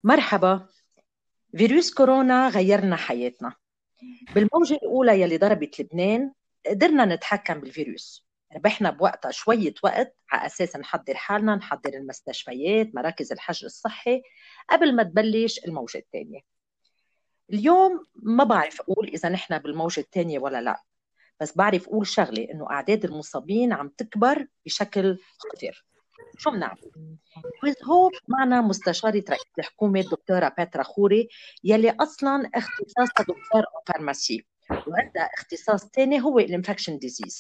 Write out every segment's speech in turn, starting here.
مرحبا. فيروس كورونا غيرنا حياتنا. بالموجة الأولى يلي ضربت لبنان قدرنا نتحكم بالفيروس. ربحنا بوقتها شوية وقت على أساس نحضر حالنا، نحضر المستشفيات، مراكز الحجر الصحي قبل ما تبلش الموجة الثانية. اليوم ما بعرف أقول إذا نحن بالموجة الثانية ولا لا، بس بعرف أقول شغلة إنه أعداد المصابين عم تكبر بشكل خطير. شو بنعمل؟ كويز هوب معنا مستشارة رئيس الحكومة الدكتورة باترا خوري، يلي أصلا اختصاصها دكتور فارماسي وعندها اختصاص تاني هو الانفكشن ديزيز.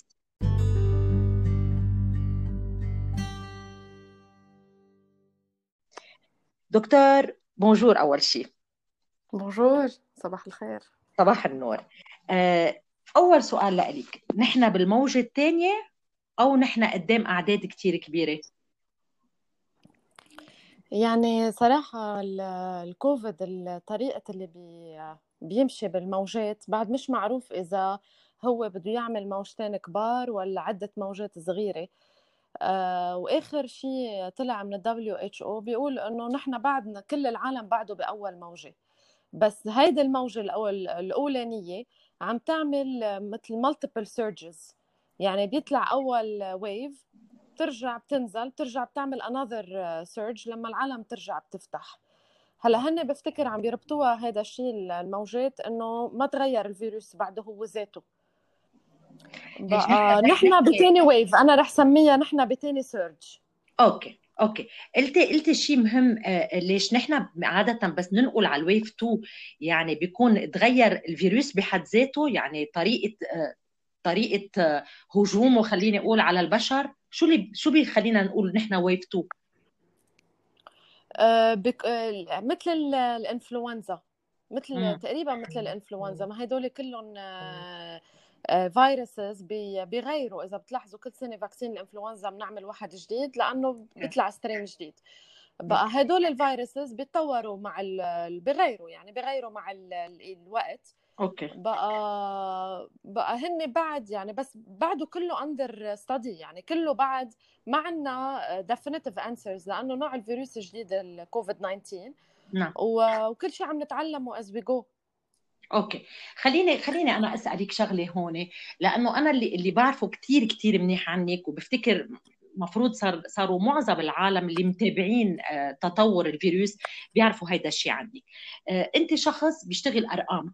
دكتور بونجور أول شيء. بونجور، صباح الخير. صباح النور. أول سؤال لك، نحن بالموجة الثانية أو نحن قدام أعداد كتير كبيرة؟ يعني صراحة الكوفيد الطريقة اللي بيمشي بالموجات بعد مش معروف إذا هو بده يعمل موجتين كبار ولا عدة موجات صغيرة. وآخر شيء طلع من ال WHO بيقول إنه نحن بعدنا كل العالم بعده بأول موجة، بس هيدي الموجة الأولانية عم تعمل مثل multiple surges. يعني بيطلع أول wave، بترجع بتنزل، بترجع بتعمل another surge لما العالم ترجع بتفتح. هلا هن بفتكر عم بيربطوها هذا الشيء الموجات انه ما تغير الفيروس بعده هو ذاته. ليش نحن بقى رح نحن نحكي؟ بتاني ويف، انا رح سميها نحن بتاني سيرج. اوكي. قلتي شيء مهم. ليش نحن عادة بس ننقل على الويف 2 يعني بيكون تغير الفيروس بحد ذاته، يعني طريقة هجومه خليني اقول على البشر. شو بيخلينا نقول نحن ويف 2؟ مثل الانفلونزا، مثل امم تقريبا مثل الانفلونزا، ما هدول كلهم فيروسز بيغيروا. اذا بتلاحظوا كل سنه فاكسين الانفلونزا بنعمل واحد جديد لانه بيطلع سترين جديد. بقى هدول الفيروسز بيتطوروا مع بيغيروا، يعني بيغيروا مع الوقت. اوكي. بقى هن بعد، يعني بس بعده كله اندر ستادي، يعني كله بعد ما عندنا definitive answers لانه نوع الفيروس الجديد الكوفيد 19 نعم. وكل شيء عم نتعلمه as we go. اوكي. خليني انا اسالك شغله هون، لانه انا اللي بعرفه كثير كثير منيح عنك، وبفتكر مفروض صاروا معظم العالم اللي متابعين تطور الفيروس بيعرفوا هيدا الشيء عنك. انت شخص بيشتغل ارقام،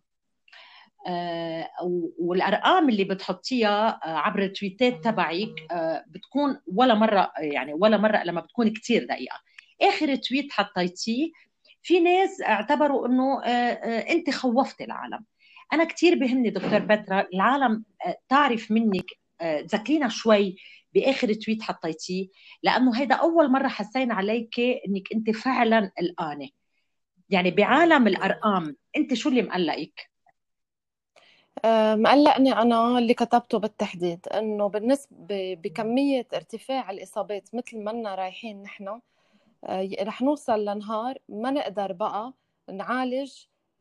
والارقام اللي بتحطيها عبر التويتات تبعك بتكون ولا مره، يعني ولا مره لما بتكون كثير دقيقه. اخر تويت حطيتيه في ناس اعتبروا انه انت خوفت العالم. انا كثير بهمني دكتور بترا العالم تعرف منك، تذكرينا شوي باخر تويت حطيتيه، لانه هيدا اول مره حسينا عليك انك انت فعلا قلقانه. يعني بعالم الارقام انت شو اللي مقلقك؟ مقلقني أنا اللي كتبته بالتحديد إنه بالنسبة بكمية ارتفاع الإصابات مثل ما لنا رايحين نحن، رح نوصل لنهار ما نقدر بقى نعالج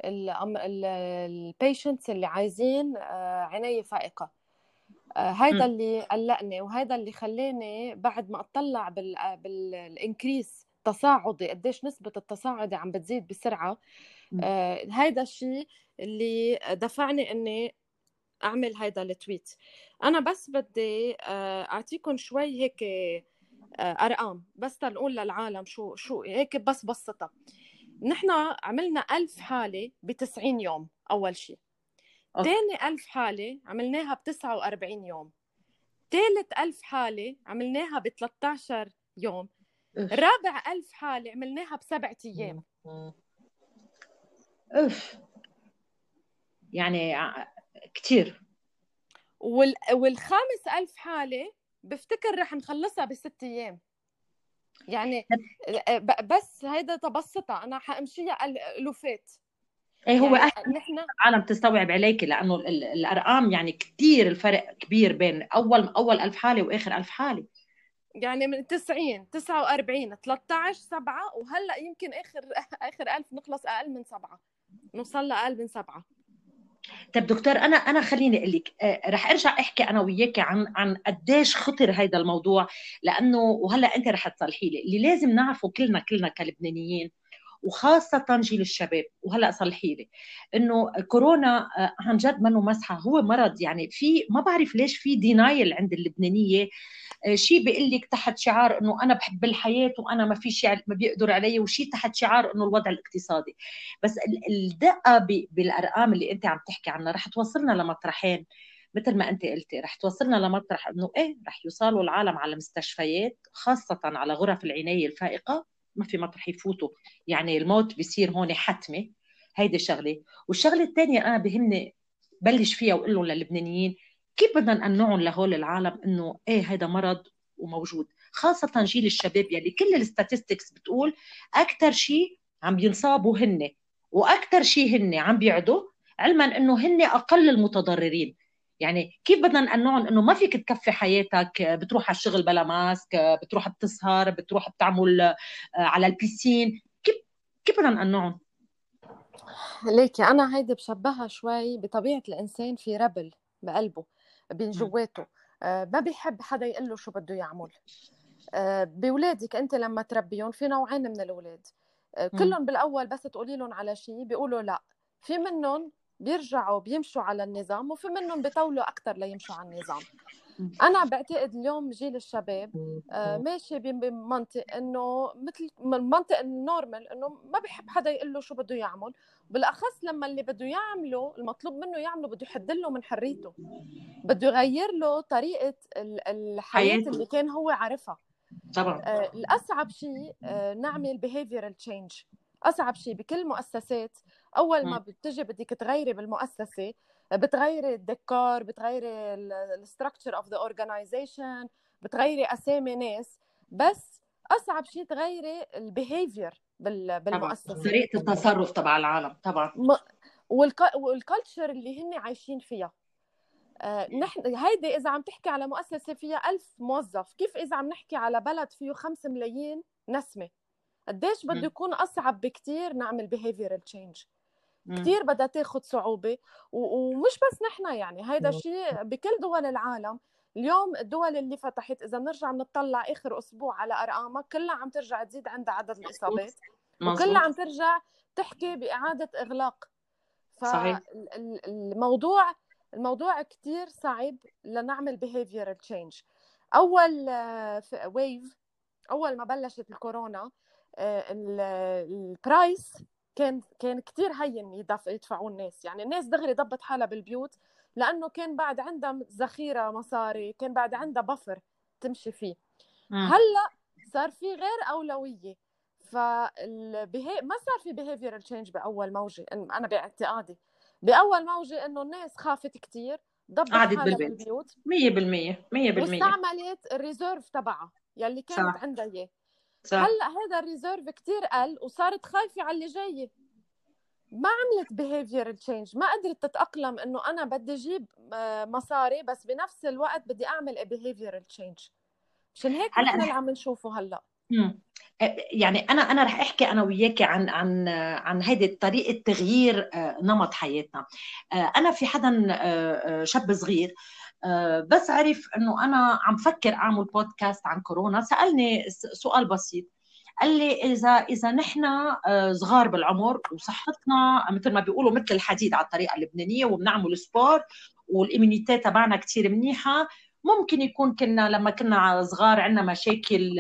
البيشنتس اللي عايزين عناية فائقة. هيدا اللي قلقني، وهيدا اللي خلاني بعد ما اطلع بالانكريس تصاعدي، قديش نسبة التصاعدي عم بتزيد بسرعة. هيدا الشيء اللي دفعني اني اعمل هيدا التويت. انا بس بدي اعطيكم شوي هيك ارقام بس تنقول للعالم شو هيك بس بسطة. نحن عملنا 1000 حالة ب90 يوم اول شيء. اوكي. تاني 1000 حالة عملناها ب49 يوم. ثالث 1000 حالة عملناها ب 13 يوم. اوف. رابع 1000 حالة عملناها بسبعة أيام. اوف. يعني كتير. والخامس 1000 حالة بفتكر رح نخلصها بست أيام. يعني بس هيدا تبسطها، أنا حأمشيها ألوفات. ايه هو يعني اهل نحن العالم تستوعب عليك، لانه الارقام يعني كتير الفرق كبير بين اول 1000 حاله واخر 1000 حاله. يعني من 90 49 13 7، وهلا يمكن آخر 1000 نخلص أقل من 7، نوصل لأقل من 7. طيب دكتور، انا خليني اقول لك، رح ارجع احكي انا وياك عن قديش خطر هذا الموضوع، لانه وهلا انت رح تصلحي لي اللي لازم نعرفه كلنا كلبنانيين، وخاصة جيل الشباب. وهلأ صلحي لي إنه كورونا عن جد منه مسحة، هو مرض. يعني في ما بعرف ليش في دينايل عند اللبنانية، شيء بيقول لك تحت شعار انه انا بحب الحياه وانا ما في شيء ما بيقدر علي، وشيء تحت شعار انه الوضع الاقتصادي. بس الدقه بالارقام اللي انت عم تحكي عنها رح توصلنا لمطرحين. مثل ما انت قلتي رح توصلنا لمطرح انه ايه رح يوصلوا العالم على مستشفيات، خاصه على غرف العنايه الفائقه، ما في مطرح يفوتوا. يعني الموت بيصير هون حتمي. هيدي الشغله. والشغله الثانيه انا بهمني بلش فيها واقول لهم للبنانيين كيف بدنا نقنعهم لهول العالم انه ايه هذا مرض وموجود، خاصة جيل الشباب يلي كل الستاتستكس بتقول اكثر شيء عم ينصابوا هن، واكثر شيء هن عم بيعدوا، علما انه هن اقل المتضررين. يعني كيف بدنا نقنعهم انه ما فيك تكفي حياتك بتروح على الشغل بلا ماسك، بتروح بتسهر، بتروح بتعمل على البيسين؟ كيف بدنا نقنعهم؟ ليكي أنا هيدي بشبهها شوي بطبيعة الإنسان، في ربل بقلبه بين جواته، ما بيحب حدا يقول له شو بده يعمل. بولادك أنت لما تربيهم، في نوعين من الأولاد، كلهم بالأول بس تقولي لهم على شيء بيقولوا لا، في منهم بيرجعوا بيمشوا على النظام، وفي منهم بيطولوا أكتر ليمشوا على النظام. أنا بعتقد اليوم جيل الشباب ماشي بمنطق إنه مثل منطق النورمال، إنه ما بيحب حدا يقول له شو بده يعمل، بالأخص لما اللي بده يعمله المطلوب منه يعمله بده يحد له من حريته، بده يغير له طريقة الحياة حياتي اللي كان هو عارفها. طبعا. الأصعب شيء نعمل behavioral change. أصعب شيء بكل مؤسسات، أول ما بتجي بدك تغيري بالمؤسسة، بتغيري الديكور، بتغيري structure of the organization، بتغيري أسامي ناس، بس أصعب شيء تغيري behavior طبعا بالمؤسسة. طريقة التصرف تبع العالم طبعا. والكالتشر اللي هن عايشين فيها. نحن هيدي إذا عم تحكي على مؤسسة فيها 1000 موظف، كيف إذا عم نحكي على بلد فيه 5 ملايين نسمة؟ قديش بده يكون أصعب بكتير نعمل behavioral change. كتير بدها تاخد صعوبة، ومش بس نحن، يعني هيدا الشيء بكل دول العالم. اليوم الدول اللي فتحت، إذا نرجع نطلع آخر أسبوع على أرقامها، كلها عم ترجع تزيد عندها عدد الإصابات، وكلها عم ترجع تحكي بإعادة إغلاق. صحيح. الموضوع كتير صعب لنعمل behavioral change. أول ويف، أول ما بلشت الكورونا، البرايس كان كتير هين يدفعوا الناس. يعني الناس دغري ضبط حالها بالبيوت، لأنه كان بعد عندها ذخيرة مصاري، كان بعد عندها بفر تمشي فيه. هلأ صار في غير أولوية، ما صار في behavioral change بأول موجة. أنا باعتقادي بأول موجة إنه الناس خافت كتير، ضبط قعدت حالها بالبيت بالبيوت، 100%. 100%. واستعملت الريزيرف تبعها يلي كانت صح عندها إياه. صح. هلأ هذا الريزيرف كتير قل، وصارت خايفة على اللي جاي، ما عملت behavioral change، ما قدرت تتأقلم إنه أنا بدي أجيب مصاري، بس بنفس الوقت بدي أعمل behavioral change. مشان هيك هلا نحن اللي عم نشوفه هلأ. يعني انا رح احكي انا وياك عن هيدي طريقه تغيير نمط حياتنا. انا في حدا شاب صغير بس عرف انه انا عم فكر اعمل بودكاست عن كورونا، سالني سؤال بسيط. قال لي اذا نحن صغار بالعمر وصحتنا مثل ما بيقولوا مثل الحديد على الطريقه اللبنانيه، وبنعمل سبور والإيميونيتي تبعنا كثير منيحه، ممكن يكون كنا لما كنا صغار عندنا مشاكل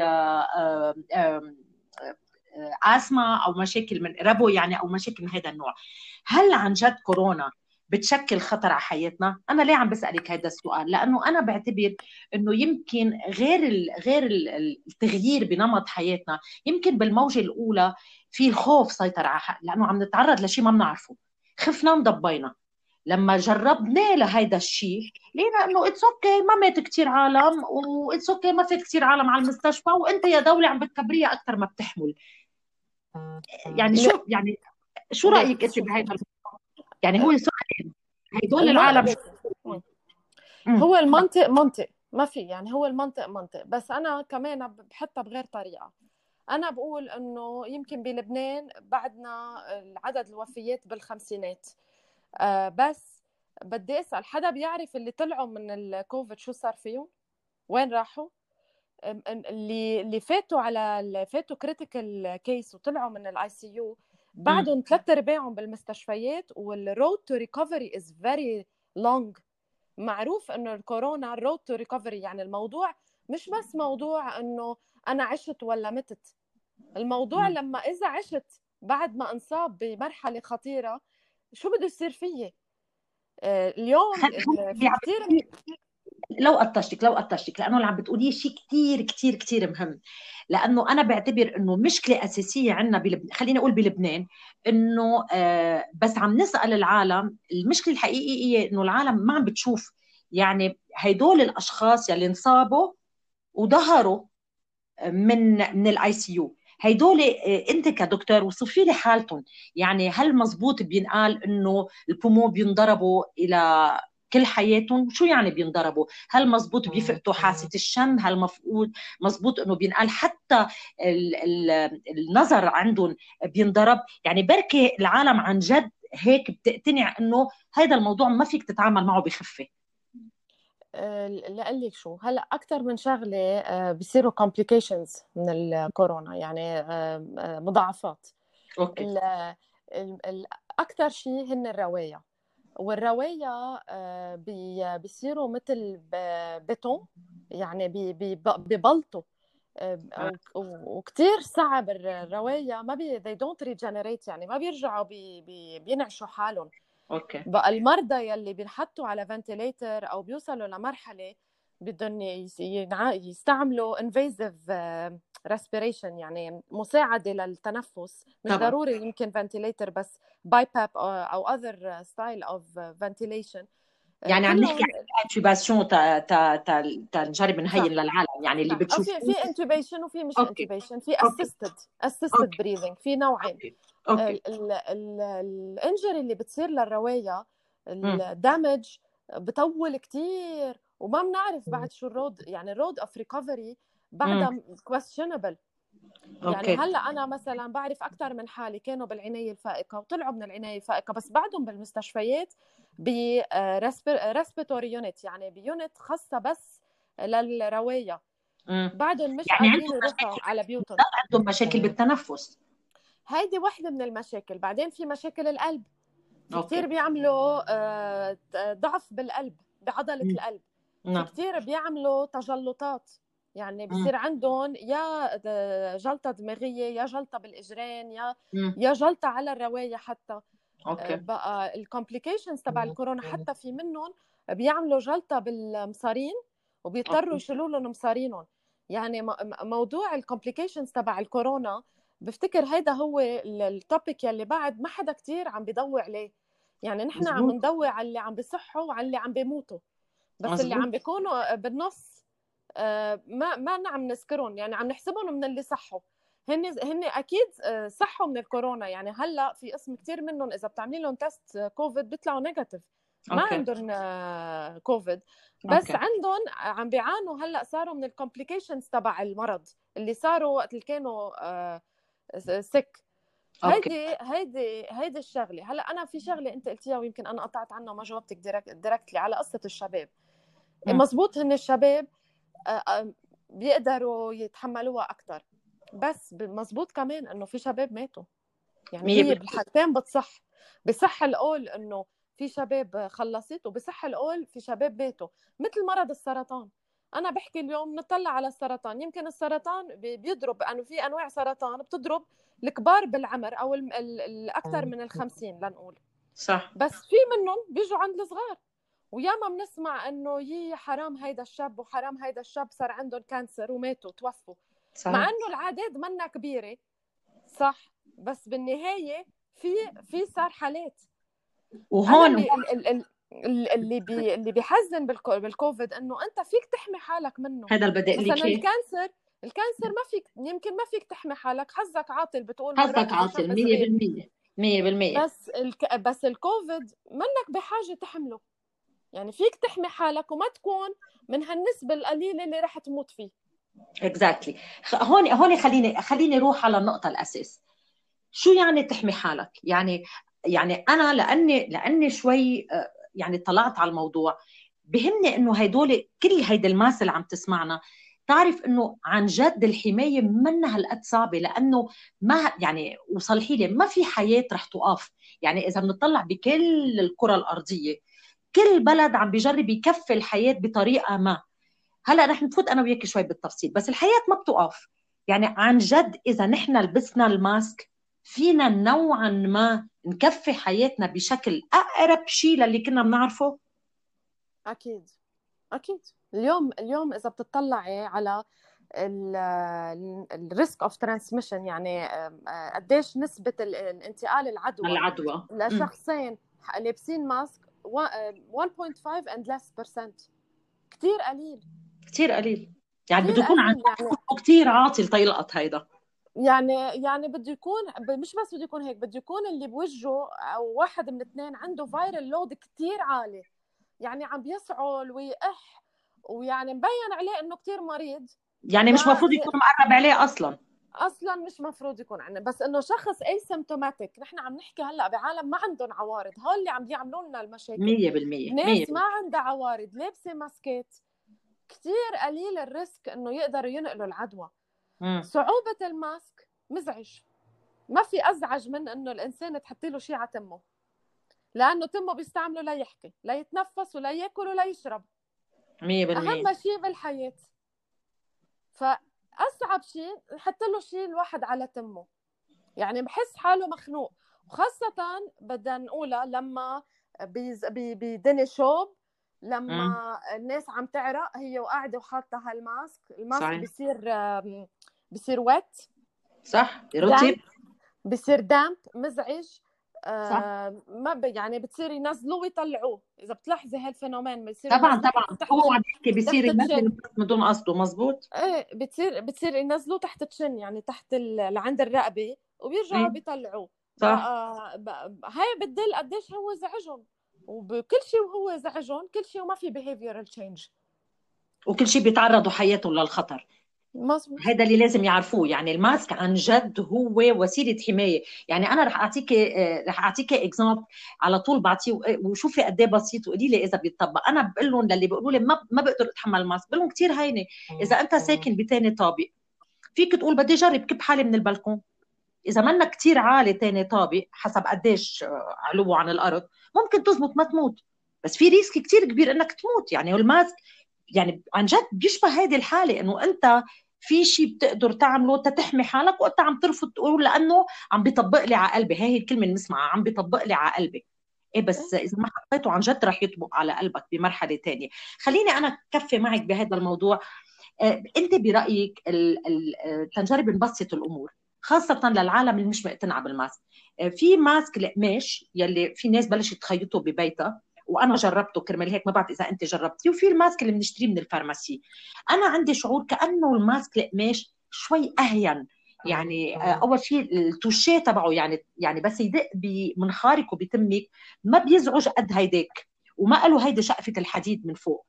آسما أو مشاكل من ربو، يعني أو مشاكل من هذا النوع. هل عن جد كورونا بتشكل خطر على حياتنا؟ أنا ليه عم بسألك هذا السؤال؟ لأنه أنا بعتبر إنه يمكن غير التغيير بنمط حياتنا، يمكن بالموجة الأولى في الخوف سيطر على لأنه عم نتعرض لشيء ما بنعرفه، خفنا انضبينا. لما جربنا لهيدا الشيء لقينا انه اتس اوكي، ما مات كثير عالم، واتس اوكي ما فات كثير عالم على المستشفى، وانت يا دولة عم بتكبريها اكثر ما بتحمل. يعني شو رايك انت بهيدا يعني هو سؤال هدول العالم شو؟ هو المنطق منطق، ما في يعني، هو المنطق منطق، بس أنا كمان بحطها بغير طريقة. أنا بقول إنه يمكن بلبنان بعدنا عدد الوفيات بالخمسينات، بس بدي أسأل حدا بيعرف اللي طلعوا من الكوفيد شو صار فيهم؟ وين راحوا؟ اللي فاتوا كريتيكال كيس وطلعوا من الاي سي يو بعدهم 3/4 بالمستشفيات، والرود تو ريكفري از فيري لونج. معروف انه الكورونا الرود تو ريكفري، يعني الموضوع مش بس موضوع انه انا عشت ولا متت. الموضوع لما اذا عشت بعد ما انصاب بمرحله خطيره شو بده يصير فيي اليوم. في كثير لو قطشتك لانه اللي عم بتقوليه شيء كثير كثير كثير مهم، لانه انا بعتبر انه مشكله اساسيه عندنا خليني اقول بلبنان، انه بس عم نسال العالم. المشكله الحقيقيه انه العالم ما عم بتشوف يعني هيدول الاشخاص يلي انصابوا وظهروا من الاي سي يو، هيدول انت كدكتور وصفي لي حالتهم. يعني هل مزبوط بينقال انه البومو بينضربوا الى كل حياتهم؟ شو يعني بينضربوا؟ هل مزبوط بيفقدوا حاسة الشم؟ هل مزبوط انه بينقال حتى النظر عندهم بينضرب؟ يعني بركي العالم عن جد هيك بتقتنع انه هذا الموضوع ما فيك تتعامل معه بخفة. لأقول لك شو، هلا اكثر من شغله بيصيروا complications من الكورونا، يعني مضاعفات. اوكي. اكثر شيء هن الروايه، والروايه بيصيروا مثل بيتون، يعني ببلطوا، وكتير صعب الروايه، ما they don't regenerate، يعني ما بيرجعوا بينعشوا حالهم. اوكي. بقى المرضى يلي بينحطوا على فنتيليتر او بيوصلوا لمرحله بدهم يستعملوا invasive respiration، يعني مساعده للتنفس، مش طبعا. ضروري يمكن فنتيليتر، بس باي باب او other style of ventilation. يعني عم نحكي كلهم عن انتوباسيون تا نجرب نهين للعالم، يعني اللي صح. او بتشوفوه. في انتوبيشن وفي مش اوكي. انتوبيشن، في اوكي. اسيستد اوكي. بريذنج، في نوعين. اوكي. اوكي. الانجري اللي بتصير للروايه، امم. الدامج بطول كتير، وما بنعرف بعد شو الرود، يعني الرود اوف ريكفري بعدها questionable. يعني اوكي. هلا انا مثلا بعرف اكثر من حالي كانوا بالعنايه الفائقه وطلعوا من العنايه الفائقه، بس بعدهم بالمستشفيات ب ريسبيتوري يونت، يعني بيونت خاصه بس للروايه، بعدهم مش يعني قادرين عندهم يروحوا مشاكل، على بيوتهم. عندهم مشاكل بالتنفس. هيدي واحدة من المشاكل. بعدين في مشاكل القلب، في اوكي. كتير بيعملوا ضعف بالقلب، بعضلة القلب. في نعم. كتير بيعملوا تجلطات، يعني بصير عندهم يا جلطة دماغية، يا جلطة بالإجرين، يا جلطة على الرواية حتى. اوكي. بقى الكومبليكيشنز تبع الكورونا حتى في منهم بيعملوا جلطة بالمصارين وبيضطروا يشيلوا لهم مصارينهم. يعني موضوع الكومبليكيشنز تبع الكورونا بفتكر هيدا هو التوبيك يلي بعد ما حدا كتير عم بيضوي عليه. يعني نحن عم مزبوط. نضوي على اللي عم بيصحوا وعلى اللي عم بيموتوا، بس مزبوط. اللي عم بيكونوا بالنص ما عم نذكرهم، يعني عم نحسبهم من اللي صحوا. هن اكيد صحوا من الكورونا، يعني هلا في قسم كتير منهم اذا بتعملي لهم تيست كوفيد بيطلعوا نيجاتيف، ما اوكي. عندهم كوفيد، بس اوكي. عندهم عم بيعانوا هلا، صاروا من الكومبليكيشنز تبع المرض اللي صاروا وقت اللي كانوا سك. اوكي. هيدي الشغله. هلا انا في شغله انت قلتيها ويمكن انا قطعت عنها وما جاوبتك دايركتلي على قصه الشباب. مزبوط هن الشباب بيقدروا يتحملوها اكثر، بس مزبوط كمان انه في شباب ماتوا. يعني هي بالحالتين بصح القول انه في شباب خلصت، وبصح القول في شباب ماتوا، مثل مرض السرطان. انا بحكي اليوم نطلع على السرطان، يمكن السرطان بيضرب، انه في انواع سرطان بتضرب الكبار بالعمر او الاكثر من 50 لنقول، صح. بس في منهم بيجوا عند الصغار. وياما بنسمع انه يي حرام هيدا الشاب وحرام هيدا الشاب صار عندهم كانسر وماتوا توفوا، صح. مع انه العدد منا كبيره، صح، بس بالنهايه في صار حالات. وهون انا اللي بيحزن بالكوفيد انه انت فيك تحمي حالك منه. هذا اللي بدي اقول لك مثلا اياه. الكانسر ما فيك، يمكن ما فيك تحمي حالك، حظك عاطل بتقول مرات حظك اذا عاطل شاب صغير، 100%. 100%. بس الكوفيد منك بحاجه تحمله، يعني فيك تحمي حالك وما تكون من هالنسبه القليله اللي رح تموت فيه. اكزاكتلي. هون خليني اروح على النقطه الاساس. شو يعني تحمي حالك؟ يعني انا لاني شوي يعني طلعت على الموضوع، بهمني انه هيدول كل هيدا الماس اللي عم تسمعنا تعرف انه عن جد الحمايه منها هالقد صعبه، لانه ما يعني وصلحي لي ما في حياه رح تقف. يعني اذا بنطلع بكل الكره الارضيه، كل بلد عم بيجرب يكفي الحياه بطريقه ما. هلا رح نفوت انا وياك شوي بالتفصيل، بس الحياه ما بتوقف. يعني عن جد اذا نحن لبسنا الماسك فينا نوعا ما نكفي حياتنا بشكل اقرب شيء للي كنا بنعرفه. اكيد اكيد. اليوم اذا بتطلعي على الريسك اوف ترانسميشن، يعني قديش نسبه الانتقال العدوى العدوى. لشخصين لابسين ماسك 1.5 and less percent. كتير قليل. كثير قليل. يعني كتير بده يكون عن قليل يعني. كثير عاطل تيلقط هيدا. يعني بده يكون مش بس بده يكون هيك، بده يكون اللي بوجهه او واحد من اثنين عنده فايرال لود كتير عالي، يعني عم بيسعل ويقح، ويعني مبين عليه انه كتير مريض. يعني مش مفروض يكون مقرب عليه اصلا. اصلا مش مفروض يكون عندنا، بس انه شخص اسيمتوماتيك. نحن عم نحكي هلا بعالم ما عندهم عوارض، هول اللي عم بيعملوا لنا المشاكل. 100%. ناس ما 100%. عندها عوارض لابسه ماسكات، كتير قليل الريسك انه يقدروا ينقلوا العدوى. صعوبة الماسك مزعج، ما في ازعج من انه الانسان تحطي له شيء على تمه، لانه تمه بيستعمله لا يحكي لا يتنفس ولا ياكل ولا يشرب. 100%. اهم شيء بالحياة. فاصعب شيء نحط له شيء الواحد على تمه، يعني بحس حاله مخنوق. وخاصة بدنا نقولها لما بدني شوب، لما الناس عم تعرق هي وقاعدة وحاطة هالماسك، الماسك صحيح. بصير ويت، صح، رطب. بصير دامب، مزعج. صح. ما يعني بتصير ينزلوه ويطلعوه. اذا بتلاحظي هالفينومين بصير طبعا ينزلوه طبعا، حتى تحت هو عم يحكي بيصير تحت ينزل التشن. بس بدون قصده. مزبوط. ايه بتصير ينزلوه تحت التشن، يعني تحت لعند الرقبه، وبيرجعوا ايه. بيطلعوه. صح. هاي بتدل قديش هو زعجهم، وبكل شيء وهو زعجهم كل شيء، وما في behavioral change. وكل شيء بيتعرضوا حياتهم للخطر. مظبوط. هذا اللي لازم يعرفوه. يعني الماسك عن جد هو وسيله حمايه. يعني انا رح اعطيك اكزامبل على طول بعطيه، وشوفي قد ايه بسيط، وقولي لي اذا بيطبق. انا بقول لهم للي بيقولوا لي ما بقدر اتحمل الماسك، بقول لهم كثير هينه. اذا انت ساكن بثاني طابق فيك تقول بدي اجرب كب حالي من البلكون. اذا منك كثير عالي ثاني طابق حسب قديش علوه عن الارض، ممكن تزبط ما تموت، بس في ريسك كثير كبير انك تموت. يعني الماسك يعني عن جد بيشبه هذه الحاله، انه انت في شيء بتقدر تعمله تحمي حالك، وانت عم ترفض تقول لانه عم بيطبق لي على قلبي. هي الكلمه اللي بنسمعها، عم بيطبق لي على قلبي. ايه بس اذا ما حطيته عن جد رح يطبق على قلبك بمرحله ثانيه. خليني انا كفي معك بهذا الموضوع. انت برايك تنجرب نبسط الامور، خاصه للعالم اللي مش مقتنعه بالماسك. في ماسك القماش يلي في ناس بلشت تخيطه ببيتها، وانا جربته كرمال هيك ما بعرف اذا انت جربتيه. وفي الماسك اللي بنشتريه من الفارماسي. انا عندي شعور كانه الماسك القماش شوي اهين. يعني اول شيء التوشيه تبعه، يعني بس يدق بمنخارك وبتمك ما بيزعج قد هيداك، وما له هيدي شقفه الحديد من فوق.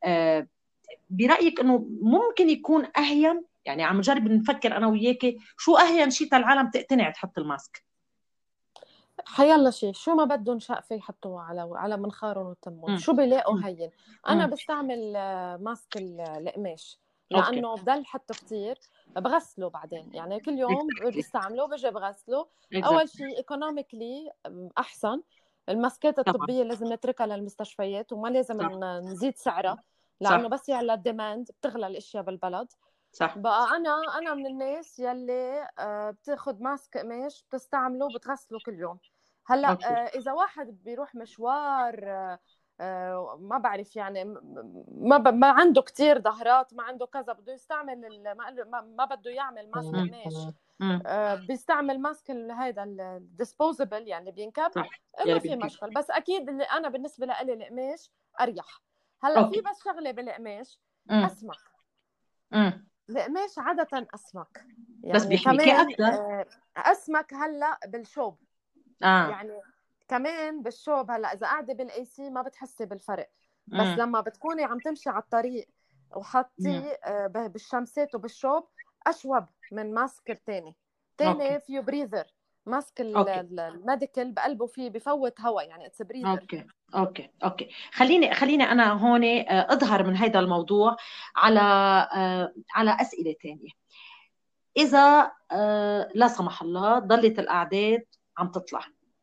برايك انه ممكن يكون اهين؟ يعني عم نجرب نفكر انا وياك شو اهين شيء العالم تقتنع تحط الماسك. حيلا شيء شو ما بدهم شقفه يحطوها على منخارهم وتمهم، شو بيلاقوا هين. انا بستعمل ماسك القماش اوكي. لانه بضل حطه كتير، بغسله بعدين، يعني كل يوم بستعمله بجي بغسله. اول شيء ايكونوميكلي احسن. الماسكات طبعا. الطبيه لازم نتركها للمستشفيات، وما لازم صح. نزيد سعرها، لانه صح. بس يعلى الديماند بتغلى الاشياء بالبلد. صح. بقى انا من الناس يلي بتاخد ماسك قماش بتستعمله بتغسله كل يوم. هلا اوكي. اذا واحد بيروح مشوار ما بعرف، يعني ما عنده كتير ظهرات، ما عنده كذا، بده يستعمل ما بده يعمل ماسك قماش، بيستعمل ماسك هذا الديسبوزبل يعني بينكب، صح. ما في مشكل. بس اكيد اللي انا بالنسبه لي القماش اريح. هلا في بس شغله بالقماش، اسمك. القماش عادة أسمك، يعني بس بيحميكي كمان أكثر. أسمك هلا بالشوب. يعني كمان بالشوب هلا إذا قاعدة بالأي سي ما بتحسي بالفرق، بس لما بتكوني عم تمشي على الطريق وحطي بالشمسات وبالشوب أشوب من ماسك التاني. فيه بريزر، ماسك اوكي الميديكال بقلبه فيه بفوت هواء، يعني اتس بريذر. اوكي خليني انا هون اظهر من هذا الموضوع على على اسئله ثانيه. اذا لا سمح الله ضلت الاعداد عم تطلع،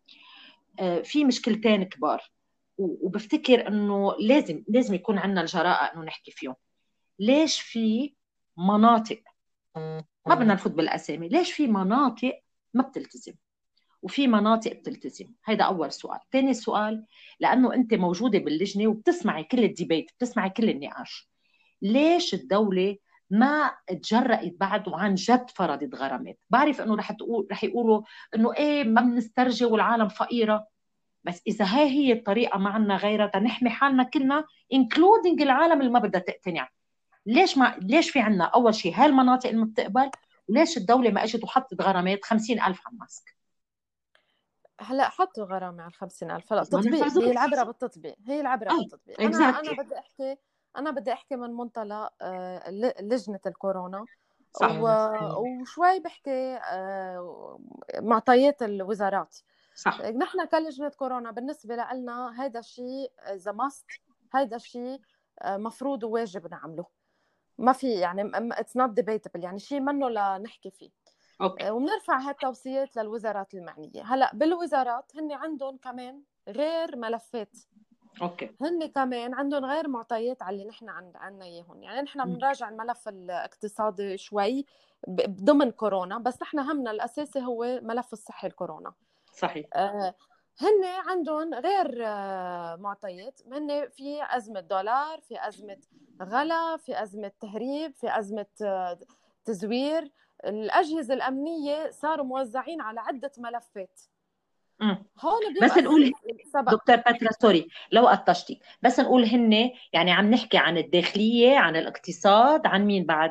في مشكلتين كبار، وبفتكر انه لازم يكون عندنا الجراءه انه نحكي فيهم. ليش في مناطق، ما بدنا نفوت بالاسامي، ليش في مناطق ما بتلتزم وفي مناطق بتلتزم؟ هيدا اول سؤال. ثاني سؤال، لانه انت موجوده باللجنه وبتسمعي كل الديبيت، بتسمعي كل النقاش، ليش الدوله ما تجرأت بعد وعن جد فرضت غرامات؟ بعرف انه رح يقولوا انه ايه ما بنسترجي والعالم فقيره، بس اذا هي الطريقه ما عندنا غيرها تنحمي حالنا كلنا انكلودينج العالم اللي ما بدها تقتنع. ليش في عندنا اول شيء هالمناطق اللي ما بتقبل، وليش الدوله ما اجت وحطت غرامات 50,000 على الماسك؟ هلا حطوا غرامة على 50,000. هلا بس ما تطبيق، نفذوا. هي العبرة بالتطبيق، هي العبرة اه بالتطبيق. أنا اكزاكتلي. بدي أحكي، أنا بدي أحكي من منطلق لجنة الكورونا، صح وشوي بحكي معطيات الوزارات. صح. نحن كلجنة كورونا بالنسبة لنا هذا الشيء ذا ماست، هذا الشيء مفروض وواجب نعمله. ما في يعني اتس نوت ديبيتبل، يعني شيء منه لنحكي فيه. اوكي وبنرفع هالتوصيات للوزارات المعنية. هلا بالوزارات هن عندهم كمان غير ملفات، اوكي. هن كمان عندهم غير معطيات على اللي نحن عندنا اياهم. يعني نحن بنراجع الملف الاقتصادي شوي ضمن كورونا، بس نحن همنا الاساسي هو ملف الصحي الكورونا. صحيح. هن عندهم غير معطيات، هن في أزمة دولار، في أزمة غلا، في أزمة تهريب، في أزمة تزوير. الأجهزة الأمنية صاروا موزعين على عدة ملفات. هون بس بيبقى نقول في سبق. دكتور باترا سوري لو قطشتك، بس نقول هن يعني عم نحكي عن الداخلية، عن الاقتصاد، عن مين بعد؟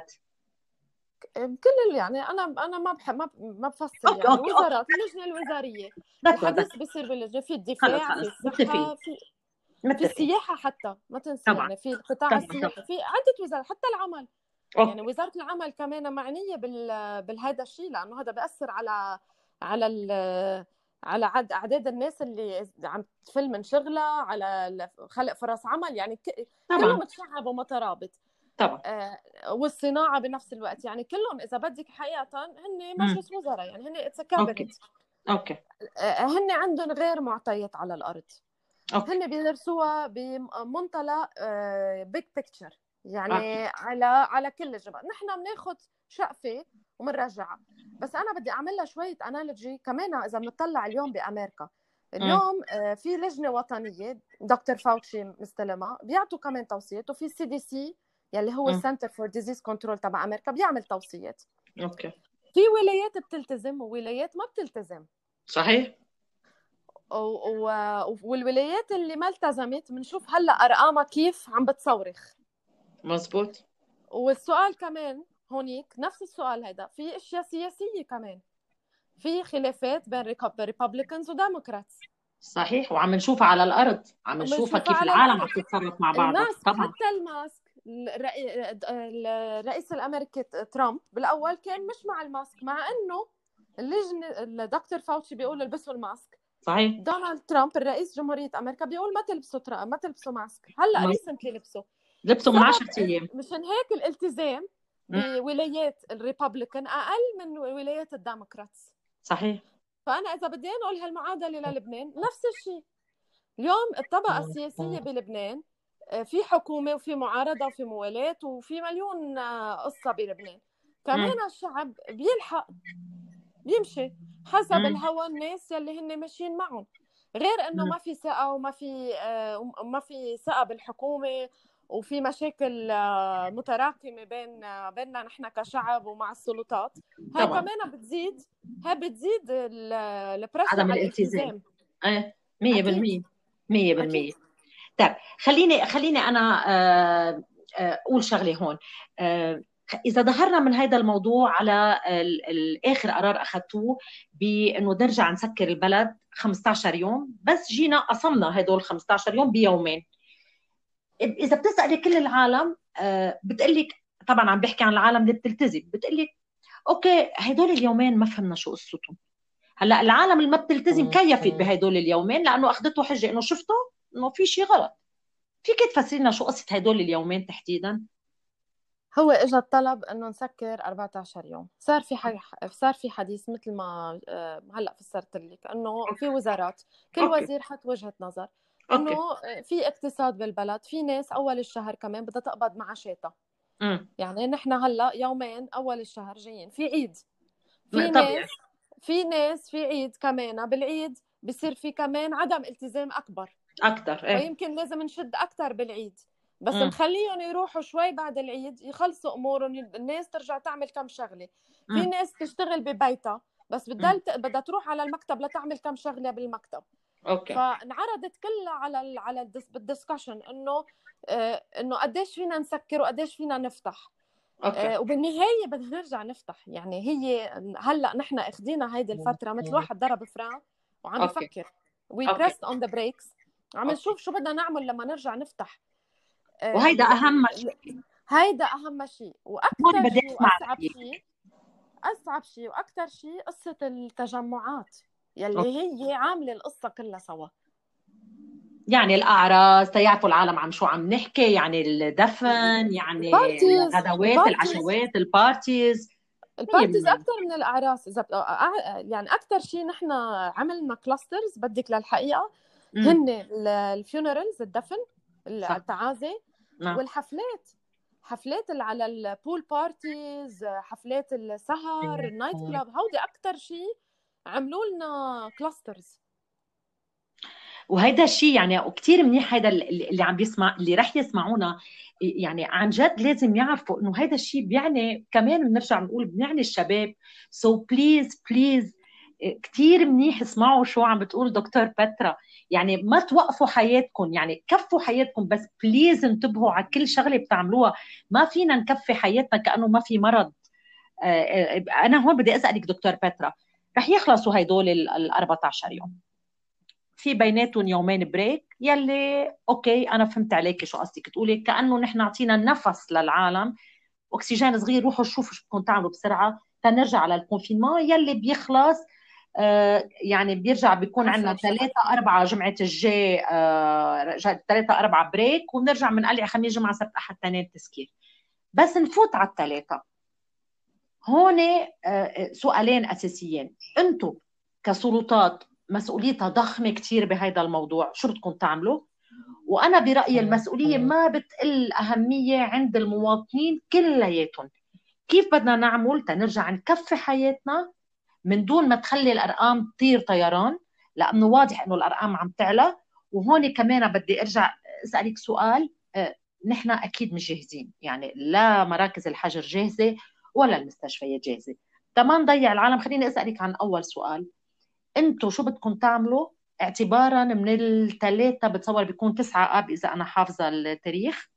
يعني انا ما بحب ما بفصل، اوكي يعني اوكي اوكي وزارات، اللجنه الوزاريه. دكتور. الحديث بيصير باللجنه، في خلص الدفاع، في خلص متفقين الصحه، في متفقين. السياحه حتى ما تنسي، طبعا يعني في القطاع طبعا طبعا. السياحي، في عده وزارات، حتى العمل. يعني اوكي وزاره العمل كمان معنيه بهذا الشيء، لانه هذا بياثر على على اعداد الناس اللي عم تفل من شغلها، على خلق فرص عمل، يعني كله طبعا متشعب ومترابط. طبعا. والصناعه بنفس الوقت، يعني كلهم اذا بدك حقيقه هن مجلس وزراء، يعني هن اتس اوكي كابينت. اوكي هن عندهم غير معطيات على الارض، اوكي. هن بيدرسوها بمنطلق بيج بيكتشر، اوكي يعني على كل الجبل. نحن بناخذ شقفه وبنرجعها. بس انا بدي اعمل لها شويه انالوجي كمان. اذا بنطلع اليوم بامريكا، اليوم في لجنه وطنيه دكتور فاوتشي مستلمها، بيعطوا كمان توصيات، وفي سي دي سي يلي هو السنتر فور ديزيز كنترول تبع امريكا بيعمل توصيات. اوكي. في ولايات بتلتزم وولايات ما بتلتزم. صحيح. والولايات اللي ما التزمت بنشوف هلا ارقامها كيف عم بتصورخ. مزبوط. والسؤال كمان هونيك نفس السؤال، هذا في اشياء سياسيه كمان، في خلافات بين ريبابليكنز وديموكراتس. صحيح، وعم نشوفها على الارض، عم نشوفها بنشوفها كيف على العالم الارض. عم تتصرف مع بعضها. الماسك، طبعا حتى الماسك، الرئيس الامريكي ترامب بالاول كان مش مع الماسك، مع انه اللجنه الدكتور فاوتشي بيقول البسوا الماسك. صحيح. دونالد ترامب الرئيس جمهوريه امريكا بيقول ما تلبسوا ماسك. هلا ريسنتلي لبسوا من 10 السبب ايام. مشان هيك الالتزام بولايات الريبابليكان اقل من ولايات الديموكراتس. صحيح. فانا اذا بدي انقل هالمعادله للبنان نفس الشيء. اليوم الطبقه السياسيه بلبنان في حكومه وفي معارضه وفي موالاه وفي مليون قصه بلبنان. كمان الشعب بيلحق بيمشي حسب الهوى الناس اللي هن ماشيين معهم، غير انه ما في ثقه وما في ثقه بالحكومه، وفي مشاكل متراكمه بيننا نحن كشعب ومع السلطات. هاي طبعا كمان بتزيد البريشر عدم على الالتزام. الالتزام. 100%. 100%. اكيد طيب خليني انا اقول شغله هون. اذا ظهرنا من هذا الموضوع على الاخر قرار اخذتوه بانه نرجع نسكر البلد 15 يوم، بس جينا قسمنا هدول 15 يوم بيومين. اذا بتسالي كل العالم بتقلك، طبعا عم بحكي عن العالم اللي بتلتزم، بتقلك اوكي هدول اليومين ما فهمنا شو قصتهم، هلا العالم اللي ما بتلتزم كيفت بهدول اليومين لانه اخذته حجه انه شفتوا انه في شيء غلط. فيك تفسري لنا شو قصه هدول اليومين تحديدا؟ هو اجى الطلب انه نسكر 14 يوم. صار في حديث مثل ما هلا فسرت لك، انه في وزارات كل اوكي وزير حط وجهة نظر، انه اوكي. في اقتصاد بالبلد، في ناس اول الشهر كمان بدها تقبض معاشاتها. امم. يعني نحن هلا يومين اول الشهر جايين في عيد، في طبيعي. ناس في عيد كمان، بالعيد بصير في كمان عدم التزام اكبر، اكثر ايه. فيمكن لازم نشد اكثر بالعيد، بس امم. نخليهم يروحوا شوي بعد العيد يخلصوا امورهم، الناس ترجع تعمل كم شغله. في ناس تشتغل ببيتها بس بدها تروح على المكتب لتعمل كم شغله بالمكتب. اوكي فانعرضت كلها بالدسكشن انه انه قديش فينا نسكر وقديش فينا نفتح. اوكي. وبالنهايه بدنا نرجع نفتح. يعني هي هلا نحن اخذينا هيدي الفتره مثل واحد ضرب فران وعم اوكي يفكر، وي اوكي بريست اون ذا بريكس، عم اوكي. نشوف شو بدنا نعمل لما نرجع نفتح. وهيدا يعني اهم شيء. هيدا اهم شيء، هون واكثر بدي شيء اسمع واصعب رايك. شيء، اصعب شيء واكثر شيء قصه التجمعات يلي أوكي. هي عامله القصه كلها سوا. يعني الاعراس تيعرفوا العالم عن شو عم نحكي، يعني الدفن، يعني البارتيز الغدوات، البارتيز العشوات، البارتيز. البارتيز 100%. اكثر من الاعراس. اذا يعني اكثر شيء نحن عملنا كلاسترز بدك للحقيقه، امم. هن الفيونرالز، الدفن، صح. التعازي، نعم. والحفلات، حفلات اللي على البول بارتيز، حفلات السهر، النايت كلاب، هودي اكثر شيء عملوا لنا كلاسترز. وهيدا الشيء يعني وكتير منيح، هيدا اللي عم بيسمع، اللي رح يسمعونا، يعني عن جد لازم يعرفوا انه هيدا الشيء بيعني كمان، بنرجع بنقول بنعني الشباب. سو بليز بليز كتير منيح اسمعوا شو عم بتقول دكتور بترا. يعني ما توقفوا حياتكم، يعني كفوا حياتكم، بس بليز انتبهوا على كل شغله بتعملوها. ما فينا نكفي حياتنا كانه ما في مرض. انا هون بدي اسالك دكتور بترا، رح يخلصوا هدول ال 14 يوم، في بيناتهم يومين بريك يلي اوكي انا فهمت عليك شو قصدك تقولي، كانه نحن اعطينا نفس للعالم، اكسجين صغير، روحوا شوفوا شو بدكم تعملوا بسرعه تنرجع على الكونفينمون يلي بيخلص. يعني بيرجع بيكون 10 عندنا بشهر. 3 4 جمعة الجاي، 3 4 بريك، وبنرجع من قلع خميس جمعة سبت أحد اثنين تسكير. بس نفوت على الثلاثة هون. سؤالين أساسيين، أنتم كسلطات مسؤوليتها ضخمة كتير بهذا الموضوع، شو بدكم تعملوا؟ وأنا برأيي المسؤولية ما بتقل أهمية عند المواطنين كلياتهم. كيف بدنا نعمل تنرجع نكفي حياتنا من دون ما تخلي الأرقام تطير طيران، لأنه واضح إنه الأرقام عم تعلى. وهون كمان بدي أرجع أسألك سؤال. نحن أكيد مش جاهزين، يعني لا مراكز الحجر جاهزة ولا المستشفيات جاهزة. تمام نضيع العالم، خليني أسألك عن أول سؤال. أنتوا شو بدكم تعملوا اعتبارا من الثلاثة؟ بتصور بيكون 9 آب إذا أنا حافظة التاريخ.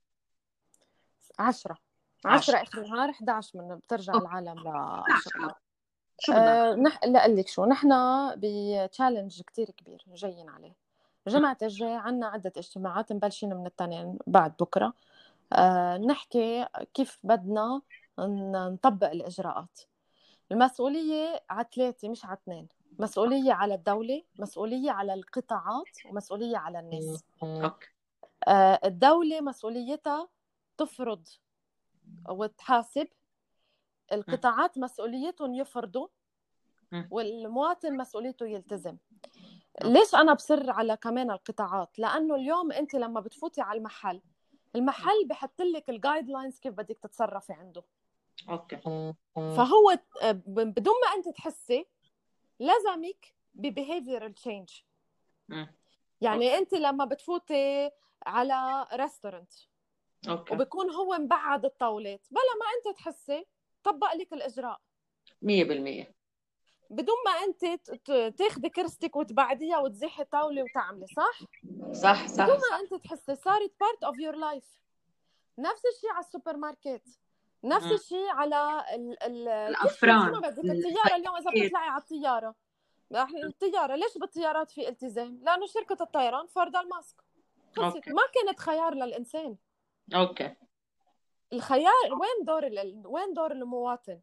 10 10. 10 اخر النهار، 11 من بترجع أوكي. العالم 11 لشغلها. آب شو بدنا نعمل؟ لا أقول لك شو، نحن بتشالنج كتير كبير جايين عليه. جمعة الجاي عنا عدة اجتماعات مبلشين من التنين بعد بكرة. نحكي كيف بدنا نطبق الإجراءات. المسؤولية على 3 مش على 2، مسؤولية على الدولة، مسؤولية على القطاعات، ومسؤولية على الناس. أوكي. الدولة مسؤوليتها تفرض وتحاسب، القطاعات مسؤوليتهم يفرضوا، والمواطن مسؤوليته يلتزم. ليش أنا بصر على كمان القطاعات؟ لأنه اليوم أنت لما بتفوتي على المحل بحط لك الجايد لاينز كيف بدك تتصرفي عنده. أوكي. فهو بدون ما أنت تحسي لازمك بbehavioral change. يعني أنت لما بتفوتي على ريستورانت وبكون هو مبعد الطاولات، بلا ما أنت تحسي طبق لك الإجراء 100%. بدون ما أنت تاخدي كرستك وتبعديها وتزحي طاولة وتعملي صح؟ صح صح بدون ما صح. أنت تحسي صارت part of your life. نفس الشيء على السوبر ماركت، نفس الشيء على يشي شو الأفران، ما بدك. الطيارة اليوم إذا بتطلعي على الطيارة، الطيارة ليش بالطيارات في التزام؟ لأنه شركة الطيران فرض الماسك. خلصت، ما كانت خيار للإنسان. أوكي. الخيار وين دور المواطن؟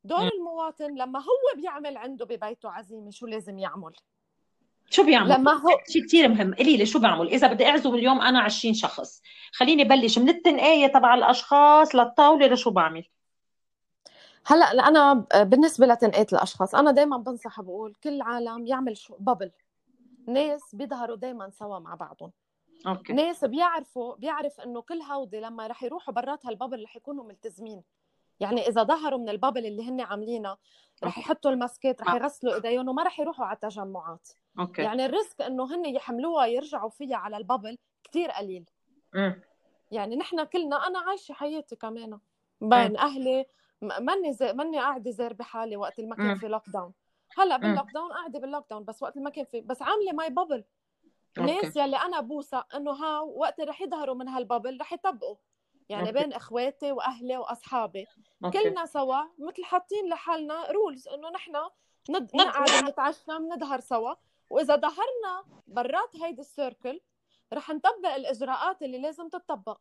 دور المواطن لما هو بيعمل عنده ببيته عزيمة شو لازم يعمل؟ شو بيعمل؟ لما هو شيء كثير مهم. قولي لي شو بعمل اذا بدي اعزم اليوم انا 20 شخص؟ خليني بلش من التنقايه تبع الاشخاص للطاوله لشو بعمل. هلا انا بالنسبه لتنقية الاشخاص انا دائما بنصح بقول كل عالم يعمل شو بابل، ناس بيظهروا دائما سوا مع بعضهم. اوكي. ناس بيعرف انه كل هودي لما رح يروحوا برات هالبابل رح يكونوا ملتزمين. يعني اذا ظهروا من البابل اللي هن عاملينها رح اوكي. يحطوا الماسكات، رح يغسلوا ايديهم وما رح يروحوا على التجمعات. اوكي. يعني الريسك انه هن يحملوها يرجعوا فيها على البابل كتير قليل. امم. يعني نحن كلنا انا عايشه حياتي كمان ايه. بين اهلي، ماني قاعده زير بحالي وقت ما كان في لوك داون. هلا باللوك داون قاعده باللوك داون، بس وقت ما كان في بس عامله ماي بابل. اوكي. ناس يلي انا بوثق انه وقت رح يظهروا من هالبابل رح يطبقوا. يعني اوكي. بين اخواتي واهلي واصحابي اوكي. كلنا سوا مثل حاطين لحالنا رولز انه نحن نط. نقعد بنتعشى بنظهر سوا. واذا ظهرنا برات هيدي السيركل رح نطبق الاجراءات اللي لازم تطبق.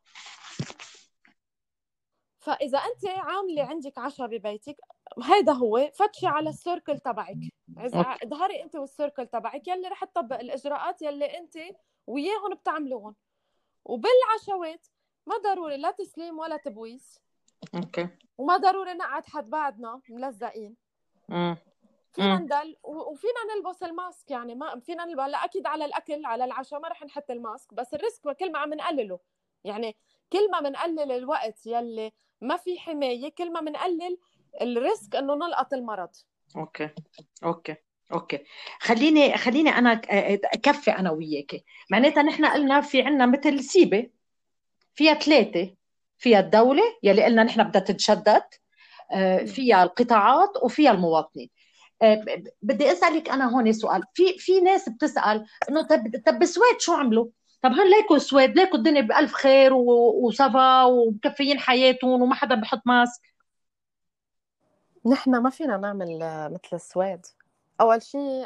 فاذا انت عامله عندك عشاء ببيتك هيدا هو فتشي على السيركل تبعك، اوكي. اظهري انت والسيركل تبعك يلي رح تطبق الاجراءات يلي انت وياهم بتعملوهم. وبالعشوات ما ضروري لا تسليم ولا تبويس، اوكي. وما ضروري نقعد حد بعدنا ملزقين. امم. فينا ندل وفينا نلبس الماسك. يعني ما فينا نلبس، لا اكيد على الاكل على العشاء ما رح نحط الماسك، بس الريسك كل ما عم نقلله. يعني كل ما بنقلل الوقت يلي ما في حمايه كل ما بنقلل الريسك انه نلقط المرض. اوكي. اوكي. اوكي. خليني انا اكفي انا وياكي. معناتها نحن قلنا في عنا مثل سيبه فيها ثلاثه، فيها الدوله يلي قلنا نحن بدها تتشدد، فيها القطاعات وفيها المواطنين. بدي اسالك انا هون سؤال. في ناس بتسال انه طب بالسويد شو عملوا؟ طب هن ليكوا السويد ليكوا الدنيا بألف خير وصفا ومكفيين حياتهم وما حدا بحط ماسك. نحن ما فينا نعمل مثل السويد. اول شيء